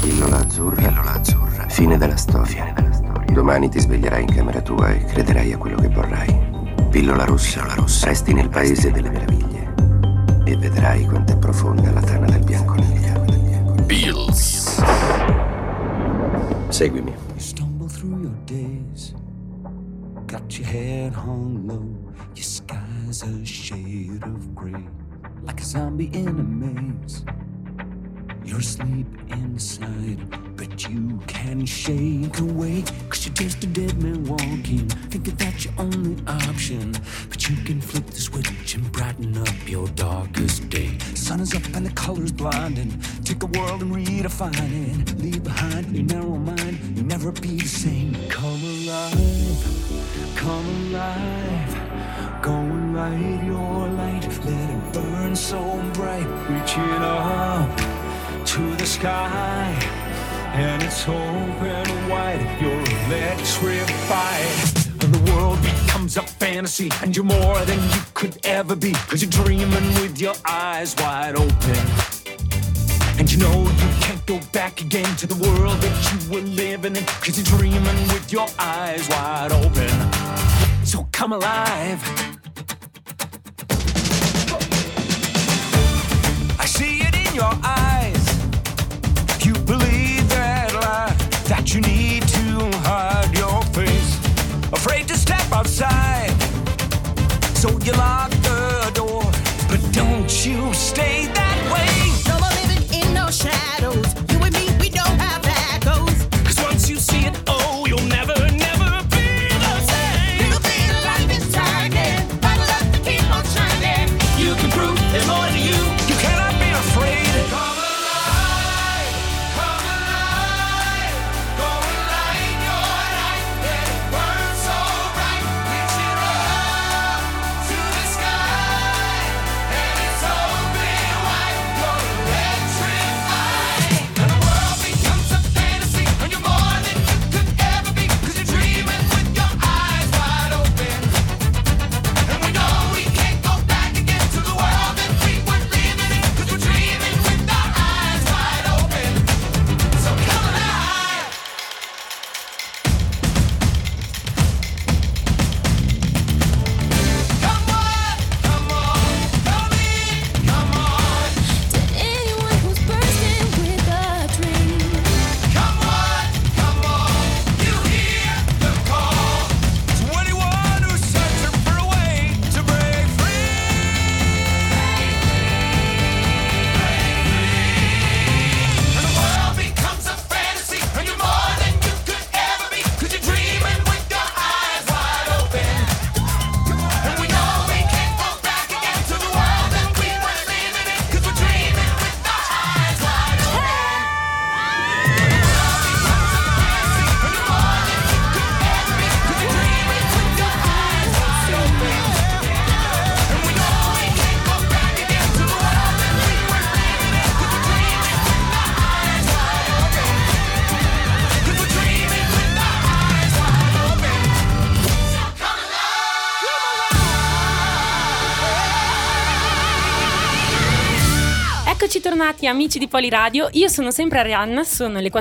Pillola azzurra. Fine della storia. Domani ti sveglierai in camera tua e crederai a quello che vorrai. Pillola rossa. Resti nel paese delle meraviglie e vedrai quanto è profonda la tana del bianconiglio. Pills. Seguimi. You stumble through your days, got your head hung low, your sky's a shade of gray, like a zombie in a maze. You're asleep inside, but you can't shake awake, 'cause you're just a dead man walking, thinking that's your only option. But you can flip the switch and brighten up your darkest day. The sun is up and the color's blinding. Take a world and redefine it. Leave behind your narrow mind, you'll never be the same. Come alive, go and light your light. Let it burn so bright, reach it up to the sky, and it's open wide. You're electrified, and the world becomes a fantasy, and you're more than you could ever be, 'cause you're dreaming with your eyes wide open. And you know you can't go back again to the world that you were living in, 'cause you're dreaming with your eyes wide open. So come alive. I see it in your eyes. You believe that lie, that you need to hide your face, afraid to step outside, so you lock the door. But don't you stay that way. No more living in no shadows. You and me, we don't have echoes. 'Cause once you see it, oh, you'll never be the same. Little bit of light is shining, bottle up to keep on shining. You can prove there's more to you. You cannot be afraid. Eccoci tornati amici di Poliradio, io sono sempre Arianna, sono le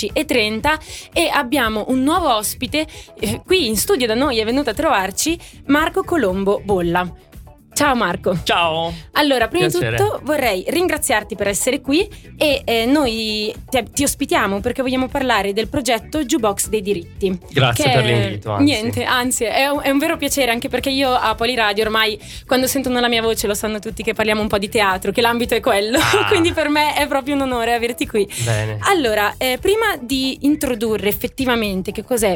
14:30 e abbiamo un nuovo ospite qui in studio da noi, è venuto a trovarci Marco Colombo Bolla. Ciao Marco. Ciao. Allora, prima di Piacere. tutto vorrei ringraziarti per essere qui e noi ti ospitiamo perché vogliamo parlare del progetto Jukebox dei diritti. Grazie che per l'invito, anzi. Niente, anzi è un vero piacere, anche perché io a Poliradio ormai quando sentono la mia voce lo sanno tutti che parliamo un po' di teatro, che l'ambito è quello, quindi per me è proprio un onore averti qui. Bene. Allora, prima di introdurre effettivamente che cos'è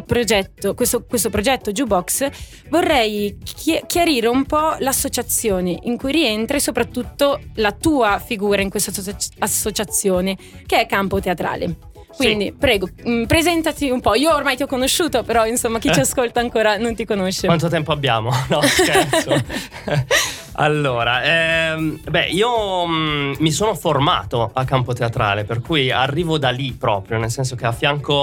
questo progetto Jukebox, vorrei chiarire un po' l'associazione in cui rientra e soprattutto la tua figura in questa associazione, che è Campo Teatrale. Quindi, prego, presentati un po'. Io ormai ti ho conosciuto, però insomma chi ci ascolta ancora non ti conosce. Quanto tempo abbiamo? No, scherzo. Allora, io mi sono formato a Campo Teatrale, per cui arrivo da lì proprio, nel senso che a fianco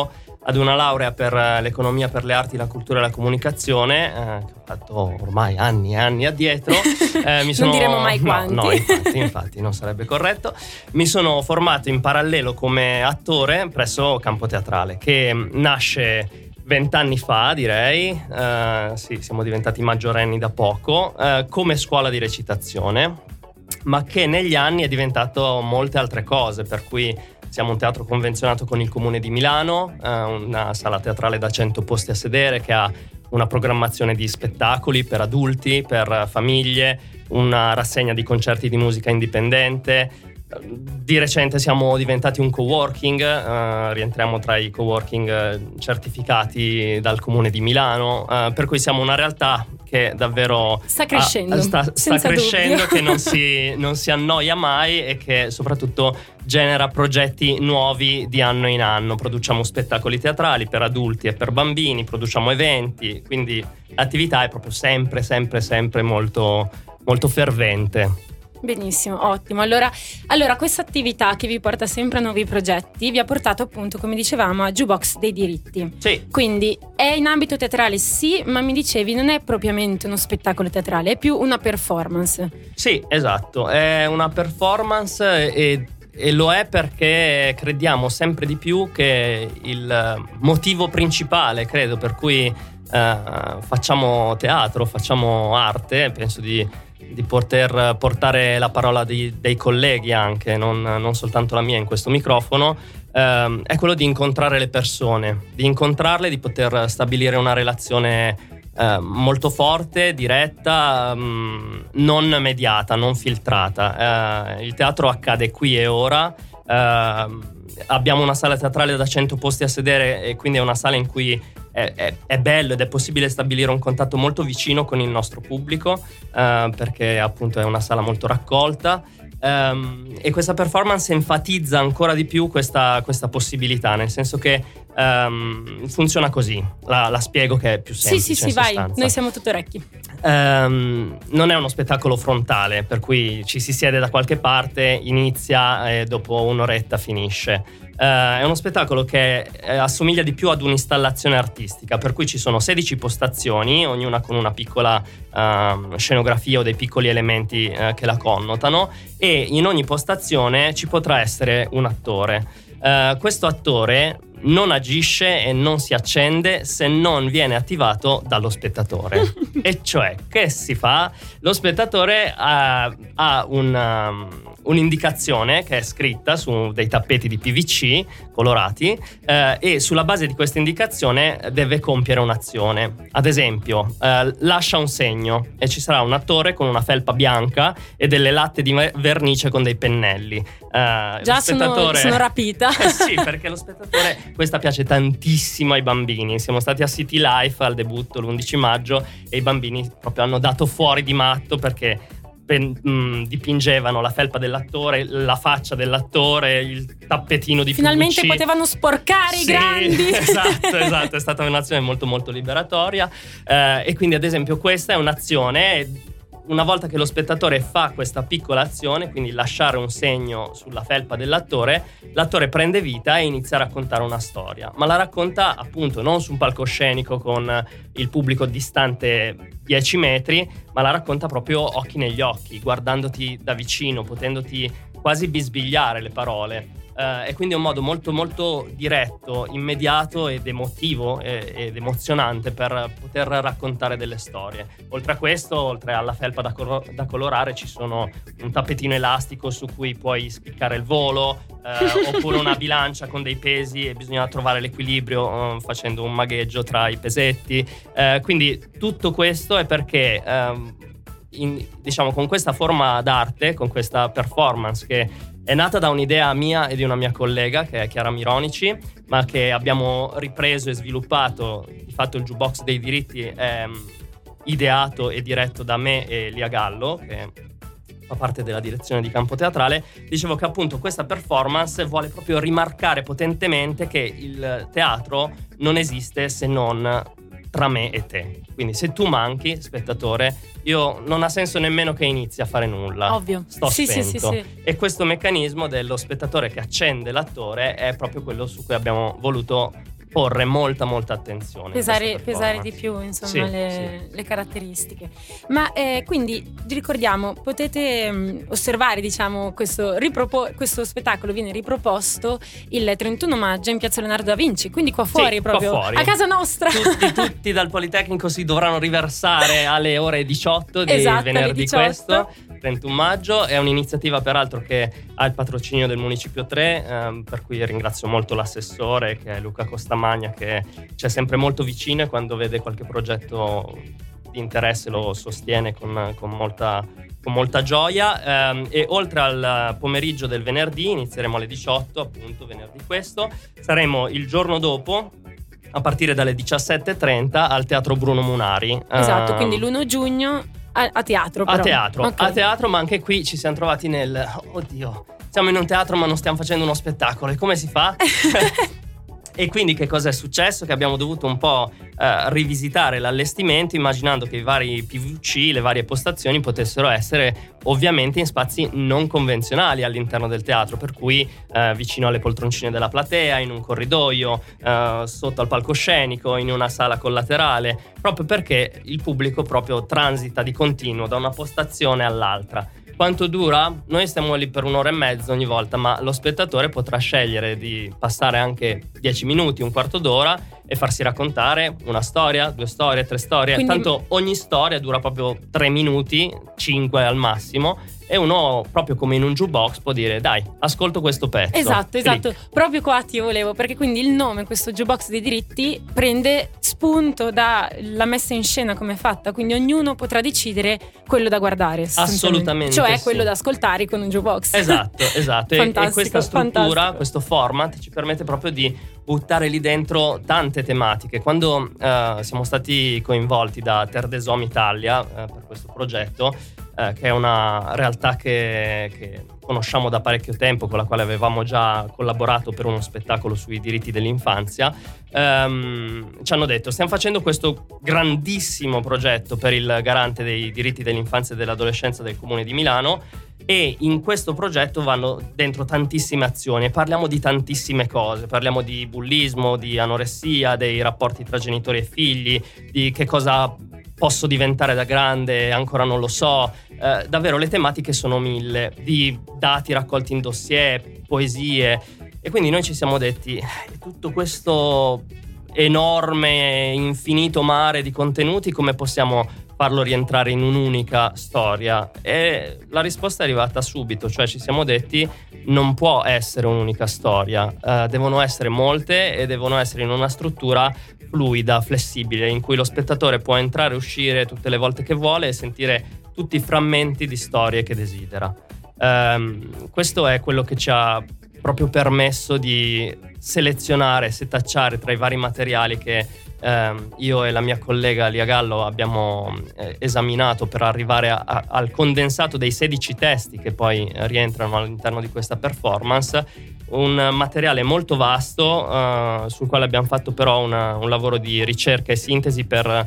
ad una laurea per l'economia per le arti, la cultura e la comunicazione, che ho fatto ormai anni e anni addietro. Non diremo mai quanti. No, infatti non sarebbe corretto. Mi sono formato in parallelo come attore presso Campo Teatrale, che nasce 20 anni fa, direi. Sì, siamo diventati maggiorenni da poco, come scuola di recitazione, ma che negli anni è diventato molte altre cose, per cui siamo un teatro convenzionato con il Comune di Milano, una sala teatrale da 100 posti a sedere che ha una programmazione di spettacoli per adulti, per famiglie, una rassegna di concerti di musica indipendente. Di recente siamo diventati un coworking, rientriamo tra i coworking certificati dal Comune di Milano, per cui siamo una realtà che davvero sta crescendo, sta crescendo, che non si annoia mai e che soprattutto genera progetti nuovi di anno in anno. Produciamo spettacoli teatrali per adulti e per bambini, produciamo eventi, quindi l'attività è proprio sempre molto, molto fervente. Benissimo, ottimo. Allora questa attività che vi porta sempre a nuovi progetti vi ha portato appunto, come dicevamo, a Jukebox dei diritti. Sì. Quindi è in ambito teatrale, sì, ma mi dicevi non è propriamente uno spettacolo teatrale, è più una performance. Sì, esatto, è una performance e lo è perché crediamo sempre di più che il motivo principale, credo, per cui facciamo teatro, facciamo arte, penso di poter portare la parola dei colleghi anche, non soltanto la mia in questo microfono, è quello di incontrare le persone, di incontrarle, di poter stabilire una relazione molto forte, diretta, non mediata, non filtrata. Il teatro accade qui e ora. Abbiamo una sala teatrale da 100 posti a sedere e quindi è una sala in cui è bello ed è possibile stabilire un contatto molto vicino con il nostro pubblico, perché appunto è una sala molto raccolta, e questa performance enfatizza ancora di più questa possibilità, nel senso che funziona così. La spiego che è più semplice. Sì, vai, noi siamo tutto orecchi. Non è uno spettacolo frontale, per cui ci si siede da qualche parte, inizia e dopo un'oretta finisce. È uno spettacolo che assomiglia di più ad un'installazione artistica, per cui ci sono 16 postazioni, ognuna con una piccola scenografia o dei piccoli elementi che la connotano, e in ogni postazione ci potrà essere un attore. Questo attore non agisce e non si accende se non viene attivato dallo spettatore. E cioè, che si fa? Lo spettatore ha un'indicazione che è scritta su dei tappeti di PVC colorati, e sulla base di questa indicazione deve compiere un'azione. Ad esempio, lascia un segno e ci sarà un attore con una felpa bianca e delle latte di vernice con dei pennelli. Già sono rapita. Sì, perché lo spettatore, questa piace tantissimo ai bambini. Siamo stati a City Life al debutto l'11 maggio e i bambini proprio hanno dato fuori di matto perché dipingevano la felpa dell'attore, la faccia dell'attore, il tappetino di finalmente PVC. Potevano sporcare i grandi. Esatto, è stata un'azione molto molto liberatoria, e quindi ad esempio questa è un'azione. Una volta che lo spettatore fa questa piccola azione, quindi lasciare un segno sulla felpa dell'attore, l'attore prende vita e inizia a raccontare una storia, ma la racconta appunto non su un palcoscenico con il pubblico distante 10 metri, ma la racconta proprio occhi negli occhi, guardandoti da vicino, potendoti quasi bisbigliare le parole. E quindi è un modo molto molto diretto, immediato ed emotivo ed emozionante per poter raccontare delle storie. Oltre a questo, oltre alla felpa da colorare, ci sono un tappetino elastico su cui puoi spiccare il volo, oppure una bilancia con dei pesi e bisogna trovare l'equilibrio facendo un magheggio tra i pesetti. Quindi tutto questo è perché diciamo con questa forma d'arte, con questa performance che è nata da un'idea mia e di una mia collega che è Chiara Mironici, ma che abbiamo ripreso e sviluppato. Di fatto il Jukebox dei diritti è ideato e diretto da me e Lia Gallo, che fa parte della direzione di Campo Teatrale. Dicevo che appunto questa performance vuole proprio rimarcare potentemente che il teatro non esiste se non tra me e te. Quindi se tu manchi, spettatore, non ha senso nemmeno che inizi a fare nulla. Ovvio. Sto Sì. E questo meccanismo dello spettatore che accende l'attore è proprio quello su cui abbiamo voluto porre molta attenzione. Pesare di più, insomma, le caratteristiche. Ma quindi ricordiamo, potete osservare, diciamo, questo spettacolo viene riproposto il 31 maggio in Piazza Leonardo da Vinci, quindi qua fuori, proprio qua fuori. A casa nostra. Tutti dal Politecnico si dovranno riversare alle ore 18 di venerdì 18. questo 31 maggio. È un'iniziativa peraltro che ha il patrocinio del Municipio 3, per cui ringrazio molto l'assessore, che è Luca Costamagna, che c'è sempre molto vicino e quando vede qualche progetto di interesse lo sostiene con molta gioia. E oltre al pomeriggio del venerdì, inizieremo alle 18, appunto venerdì questo, saremo il giorno dopo a partire dalle 17:30 al Teatro Bruno Munari. Esatto, quindi l'1 giugno a teatro però. A teatro, ma anche qui ci siamo trovati oddio, siamo in un teatro ma non stiamo facendo uno spettacolo, e come si fa? E quindi che cosa è successo? Che abbiamo dovuto un po' rivisitare l'allestimento, immaginando che i vari PVC, le varie postazioni potessero essere ovviamente in spazi non convenzionali all'interno del teatro, per cui vicino alle poltroncine della platea, in un corridoio, sotto al palcoscenico, in una sala collaterale, proprio perché il pubblico proprio transita di continuo da una postazione all'altra. Quanto dura? Noi stiamo lì per 1 ora e mezza ogni volta, ma lo spettatore potrà scegliere di passare anche 10 minuti, un quarto d'ora e farsi raccontare una storia, 2 storie, 3 storie. Quindi... Tanto ogni storia dura proprio 3 minuti, 5 al massimo, e uno, proprio come in un jukebox, può dire: dai, ascolto questo pezzo. Esatto. Click. Proprio qua ti volevo, perché quindi il nome, questo jukebox dei diritti, prende spunto dalla messa in scena come è fatta, quindi ognuno potrà decidere quello da guardare. Assolutamente. Cioè sì. Quello da ascoltare con un jukebox. Esatto. Fantastico, e questa struttura, fantastico. questo format ci permette proprio di buttare lì dentro tante tematiche. Quando siamo stati coinvolti da Terre des Hommes Italia per questo progetto, che è una realtà che conosciamo da parecchio tempo, con la quale avevamo già collaborato per uno spettacolo sui diritti dell'infanzia, ci hanno detto: stiamo facendo questo grandissimo progetto per il garante dei diritti dell'infanzia e dell'adolescenza del Comune di Milano, e in questo progetto vanno dentro tantissime azioni, parliamo di tantissime cose, parliamo di bullismo, di anoressia, dei rapporti tra genitori e figli, di che cosa posso diventare da grande, ancora non lo so. Davvero le tematiche sono 1000, di dati raccolti in dossier, poesie, e quindi noi ci siamo detti: tutto questo enorme, infinito mare di contenuti, come possiamo farlo rientrare in un'unica storia? E la risposta è arrivata subito, cioè ci siamo detti: non può essere un'unica storia, devono essere molte e devono essere in una struttura fluida, flessibile, in cui lo spettatore può entrare e uscire tutte le volte che vuole e sentire tutti i frammenti di storie che desidera. Questo è quello che ci ha proprio permesso di selezionare, setacciare tra i vari materiali che io e la mia collega Lia Gallo abbiamo esaminato per arrivare al condensato dei 16 testi che poi rientrano all'interno di questa performance. Un materiale molto vasto, sul quale abbiamo fatto però un lavoro di ricerca e sintesi per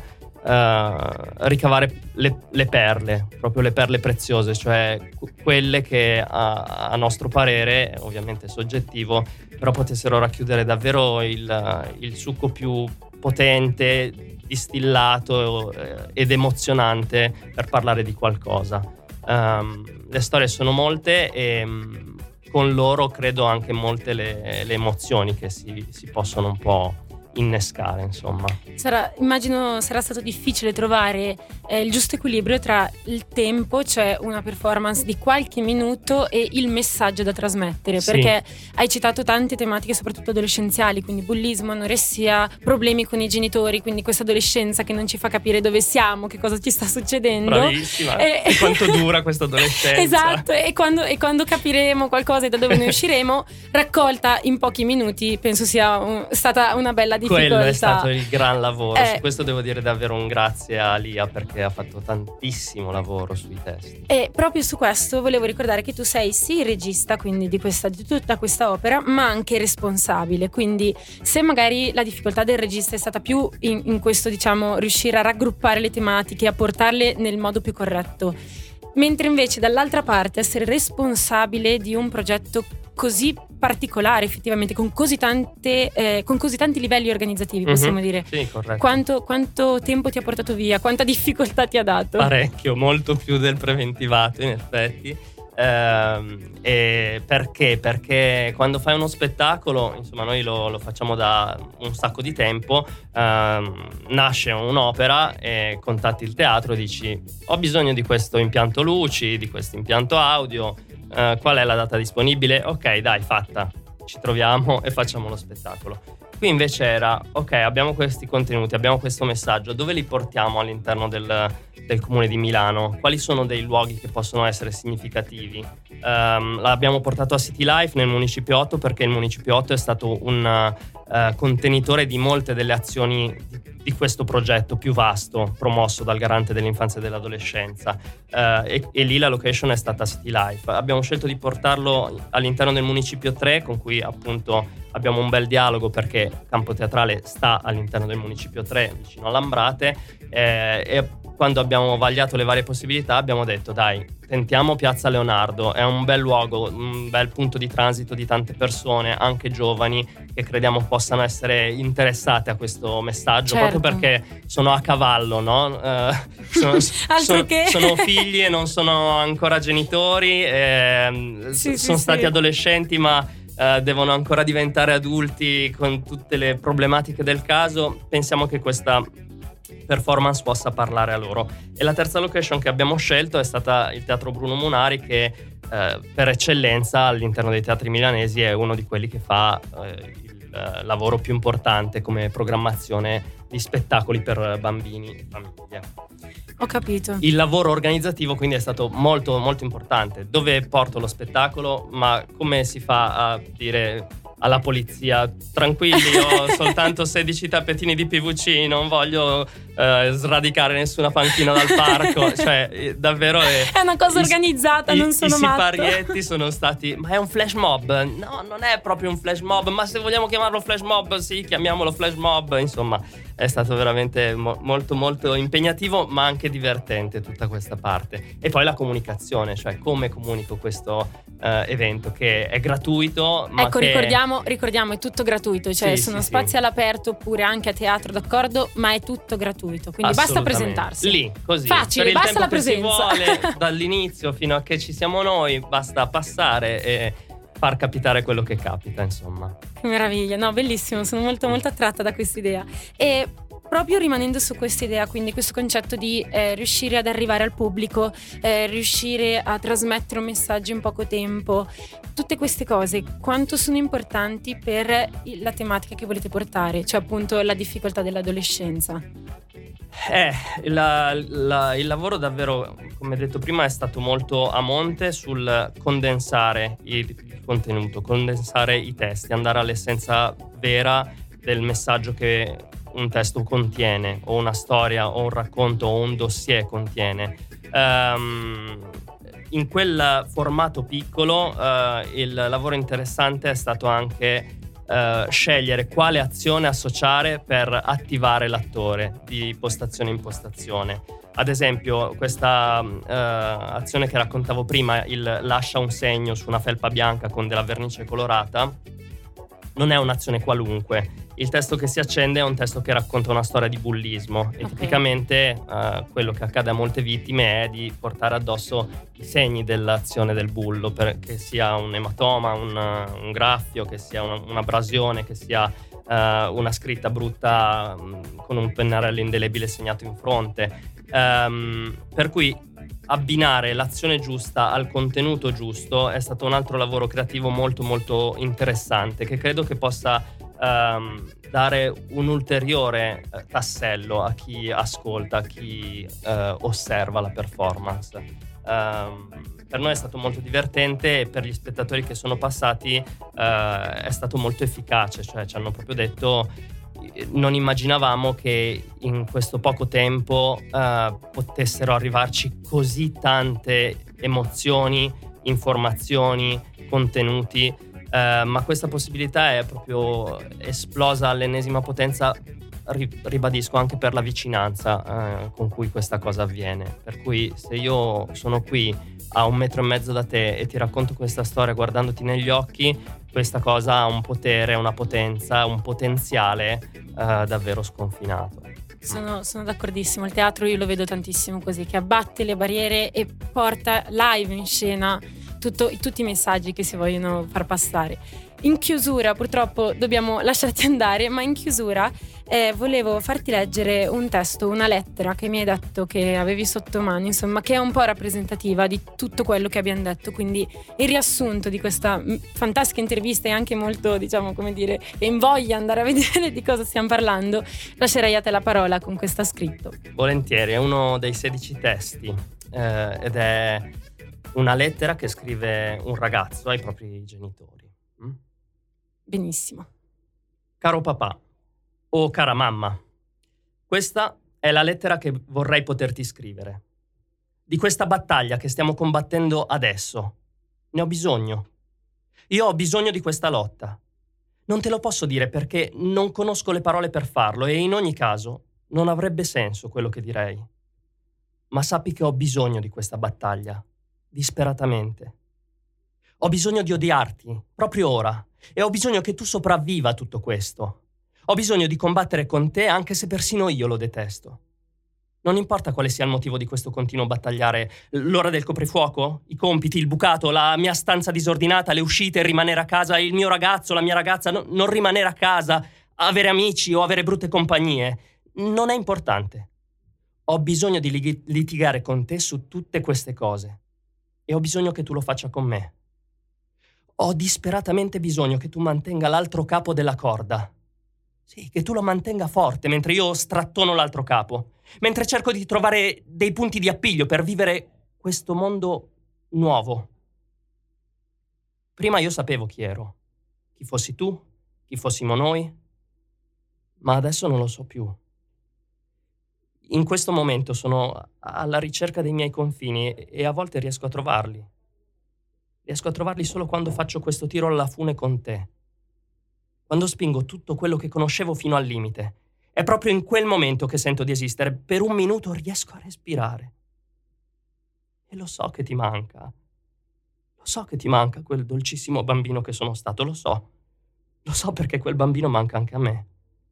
ricavare le perle, proprio le perle preziose, cioè quelle che a nostro parere, ovviamente soggettivo, però potessero racchiudere davvero il succo più potente, distillato ed emozionante per parlare di qualcosa. Le storie sono molte e con loro credo anche molte le emozioni che si possono un po' innescare, insomma. Immagino sarà stato difficile trovare il giusto equilibrio tra il tempo, cioè una performance di qualche minuto, e il messaggio da trasmettere, Sì. perché hai citato tante tematiche soprattutto adolescenziali, quindi bullismo, anoressia, problemi con i genitori, quindi questa adolescenza che non ci fa capire dove siamo, che cosa ci sta succedendo. Bravissima. E quanto dura questa adolescenza. Esatto, e quando capiremo qualcosa e da dove ne usciremo, raccolta in pochi minuti, penso sia stata una bella difficoltà. Quello è stato il gran lavoro. Su questo devo dire davvero un grazie a Lia, perché ha fatto tantissimo lavoro sui testi. E proprio su questo volevo ricordare che tu sei sì il regista, quindi di tutta questa opera, ma anche responsabile. Quindi se magari la difficoltà del regista è stata più in questo, diciamo, riuscire a raggruppare le tematiche, a portarle nel modo più corretto, mentre invece dall'altra parte essere responsabile di un progetto così particolare, effettivamente, con così tanti livelli organizzativi, possiamo dire. Sì, corretto. Quanto tempo ti ha portato via? Quanta difficoltà ti ha dato? Parecchio, molto più del preventivato, in effetti. E perché? Perché quando fai uno spettacolo, insomma, noi lo facciamo da un sacco di tempo, nasce un'opera e contatti il teatro e dici: ho bisogno di questo impianto luci, di questo impianto audio, qual è la data disponibile? Ok, dai, fatta, ci troviamo e facciamo lo spettacolo. Qui invece era: ok, abbiamo questi contenuti, abbiamo questo messaggio, dove li portiamo all'interno del comune di Milano? Quali sono dei luoghi che possono essere significativi? L'abbiamo portato a City Life nel Municipio 8 perché il Municipio 8 è stato un contenitore di molte delle azioni di questo progetto più vasto promosso dal Garante dell'Infanzia e dell'Adolescenza, e lì la location è stata City Life. Abbiamo scelto di portarlo all'interno del Municipio 3, con cui appunto abbiamo un bel dialogo perché Campo Teatrale sta all'interno del Municipio 3 vicino a Lambrate, e quando abbiamo vagliato le varie possibilità abbiamo detto: dai, tentiamo Piazza Leonardo, è un bel luogo, un bel punto di transito di tante persone, anche giovani, che crediamo possano essere interessate a questo messaggio, certo. proprio perché sono a cavallo, no? Sono figli e non sono ancora genitori, sono stati adolescenti ma devono ancora diventare adulti con tutte le problematiche del caso. Pensiamo che questa performance possa parlare a loro. E la terza location che abbiamo scelto è stata il Teatro Bruno Munari, che per eccellenza all'interno dei teatri milanesi è uno di quelli che fa il lavoro più importante come programmazione di spettacoli per bambini e famiglie. Ho capito. Il lavoro organizzativo quindi è stato molto molto importante. Dove porto lo spettacolo? Ma come si fa a dire alla polizia: tranquilli, ho soltanto 16 tappetini di PVC, non voglio sradicare nessuna panchina dal parco? Cioè, davvero è una cosa organizzata, non sono matto. I siparietti sono stati: ma è un flash mob? No, non è proprio un flash mob, ma se vogliamo chiamarlo flash mob, sì, chiamiamolo flash mob. Insomma, è stato veramente molto molto impegnativo, ma anche divertente tutta questa parte. E poi la comunicazione, cioè come comunico questo evento, che è gratuito, ma ecco, ricordiamo, è tutto gratuito, cioè sono spazi all'aperto oppure anche a teatro, d'accordo, ma è tutto gratuito, quindi basta presentarsi lì, così, facile, per il basta tempo la che presenza. si vuole, dall'inizio fino a che ci siamo noi, basta passare e far capitare quello che capita, insomma. Che meraviglia, no, bellissimo, sono molto molto attratta da quest'idea. E proprio rimanendo su questa idea, quindi questo concetto di riuscire ad arrivare al pubblico, riuscire a trasmettere un messaggio in poco tempo, tutte queste cose quanto sono importanti per la tematica che volete portare, cioè appunto la difficoltà dell'adolescenza? Il lavoro davvero, come detto prima, è stato molto a monte sul condensare il contenuto, condensare i testi, andare all'essenza vera del messaggio che un testo contiene, o una storia, o un racconto, o un dossier contiene. In quel formato piccolo il lavoro interessante è stato anche scegliere quale azione associare per attivare l'attore di postazione in postazione. Ad esempio, questa azione che raccontavo prima, il lascia un segno su una felpa bianca con della vernice colorata, non è un'azione qualunque. Il testo che si accende è un testo che racconta una storia di bullismo, e tipicamente quello che accade a molte vittime è di portare addosso i segni dell'azione del bullo, che sia un ematoma, un graffio, che sia un'abrasione, che sia una scritta brutta con un pennarello indelebile segnato in fronte. Per cui abbinare l'azione giusta al contenuto giusto è stato un altro lavoro creativo molto molto interessante, che credo che possa dare un ulteriore tassello a chi ascolta, a chi osserva la performance. Per noi è stato molto divertente, e per gli spettatori che sono passati è stato molto efficace, cioè ci hanno proprio detto: non immaginavamo che in questo poco tempo potessero arrivarci così tante emozioni, informazioni, contenuti, ma questa possibilità è proprio esplosa all'ennesima potenza ribadisco anche per la vicinanza con cui questa cosa avviene. Per cui se io sono qui a 1,5 metri da te e ti racconto questa storia guardandoti negli occhi, questa cosa ha un potere, una potenza, un potenziale davvero sconfinato. Sono d'accordissimo, il teatro io lo vedo tantissimo così, che abbatte le barriere e porta live in scena tutti i messaggi che si vogliono far passare. In chiusura, purtroppo dobbiamo lasciarti andare, ma in chiusura volevo farti leggere un testo, una lettera che mi hai detto che avevi sotto mano, insomma, che è un po' rappresentativa di tutto quello che abbiamo detto, quindi il riassunto di questa fantastica intervista e anche molto, diciamo, come dire, invoglia andare a vedere di cosa stiamo parlando. Lascerei a te la parola con questo scritto. Volentieri, è uno dei 16 testi ed è una lettera che scrive un ragazzo ai propri genitori. Benissimo. Caro papà, o cara mamma, questa è la lettera che vorrei poterti scrivere. Di questa battaglia che stiamo combattendo adesso. Ne ho bisogno. Io ho bisogno di questa lotta. Non te lo posso dire perché non conosco le parole per farlo e in ogni caso non avrebbe senso quello che direi. Ma sappi che ho bisogno di questa battaglia, disperatamente. Ho bisogno di odiarti, proprio ora, e ho bisogno che tu sopravviva a tutto questo. Ho bisogno di combattere con te anche se persino io lo detesto. Non importa quale sia il motivo di questo continuo battagliare, l'ora del coprifuoco, i compiti, il bucato, la mia stanza disordinata, le uscite, il rimanere a casa, il mio ragazzo, la mia ragazza, non rimanere a casa, avere amici o avere brutte compagnie. Non è importante. Ho bisogno di litigare con te su tutte queste cose e ho bisogno che tu lo faccia con me. Ho disperatamente bisogno che tu mantenga l'altro capo della corda. Sì, che tu lo mantenga forte mentre io strattono l'altro capo, mentre cerco di trovare dei punti di appiglio per vivere questo mondo nuovo. Prima io sapevo chi ero, chi fossi tu, chi fossimo noi, ma adesso non lo so più. In questo momento sono alla ricerca dei miei confini e a volte riesco a trovarli. Riesco a trovarli solo quando faccio questo tiro alla fune con te. Quando spingo tutto quello che conoscevo fino al limite. È proprio in quel momento che sento di esistere. Per un minuto riesco a respirare. E lo so che ti manca. Lo so che ti manca quel dolcissimo bambino che sono stato, lo so. Lo so perché quel bambino manca anche a me.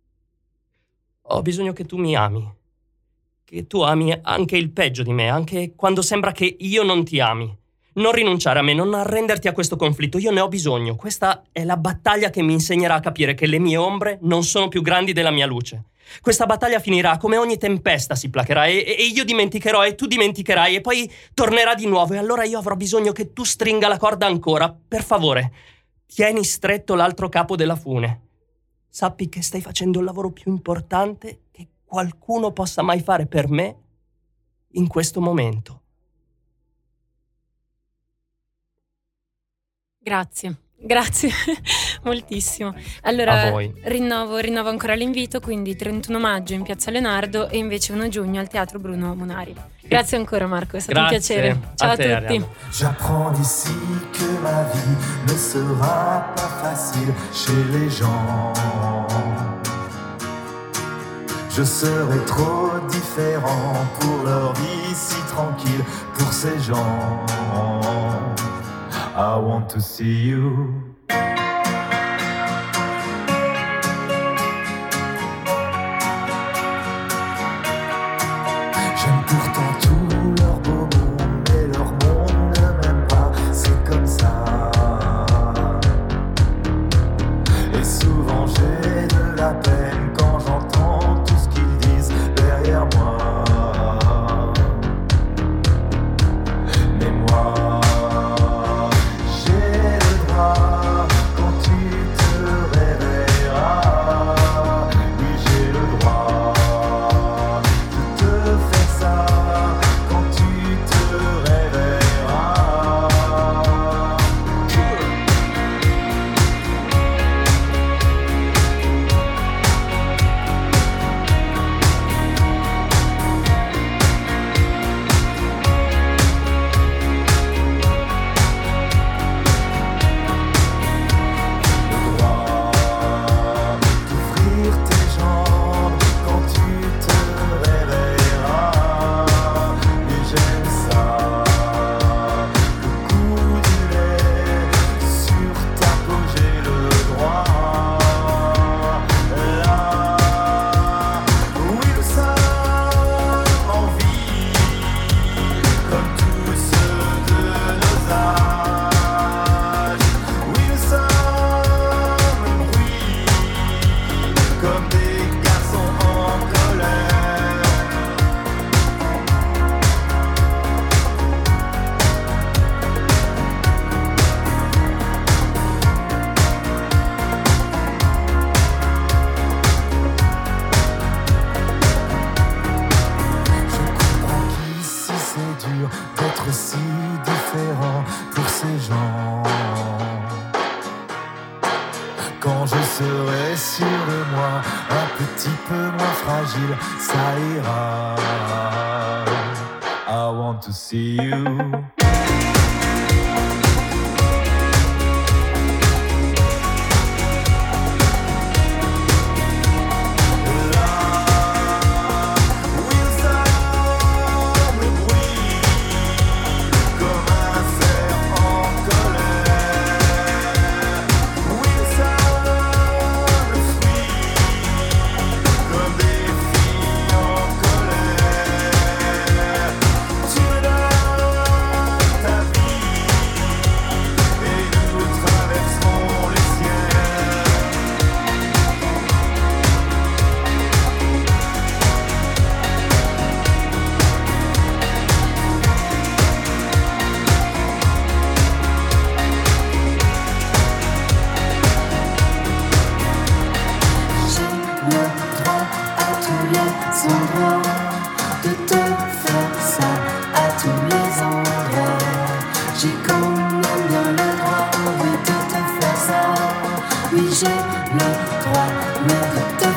Ho bisogno che tu mi ami. Che tu ami anche il peggio di me, anche quando sembra che io non ti ami. Non rinunciare a me, non arrenderti a questo conflitto, io ne ho bisogno. Questa è la battaglia che mi insegnerà a capire che le mie ombre non sono più grandi della mia luce. Questa battaglia finirà come ogni tempesta si placherà e io dimenticherò e tu dimenticherai e poi tornerà di nuovo e allora io avrò bisogno che tu stringa la corda ancora. Per favore, tieni stretto l'altro capo della fune. Sappi che stai facendo il lavoro più importante che qualcuno possa mai fare per me in questo momento. Grazie moltissimo. Allora rinnovo ancora l'invito, quindi 31 maggio in Piazza Leonardo e invece 1 giugno al Teatro Bruno Munari. Grazie ancora Marco, è stato un piacere. Ciao a tutti. Arianna. J'apprends d'ici que ma vie ne sera pas facile chez les gens. Je serai trop différent pour leur vie si tranquille pour ces gens. I want to see you. J'aime pourtant tout leur beau monde, mais leur monde ne m'aime pas, c'est comme ça. Et souvent j'ai de la peine quand j'entends tout ce qu'ils disent derrière moi. Mais moi serai sûr de moi, un petit peu moins fragile, ça ira. I want to see you. Oui, j'ai le droit, mais de te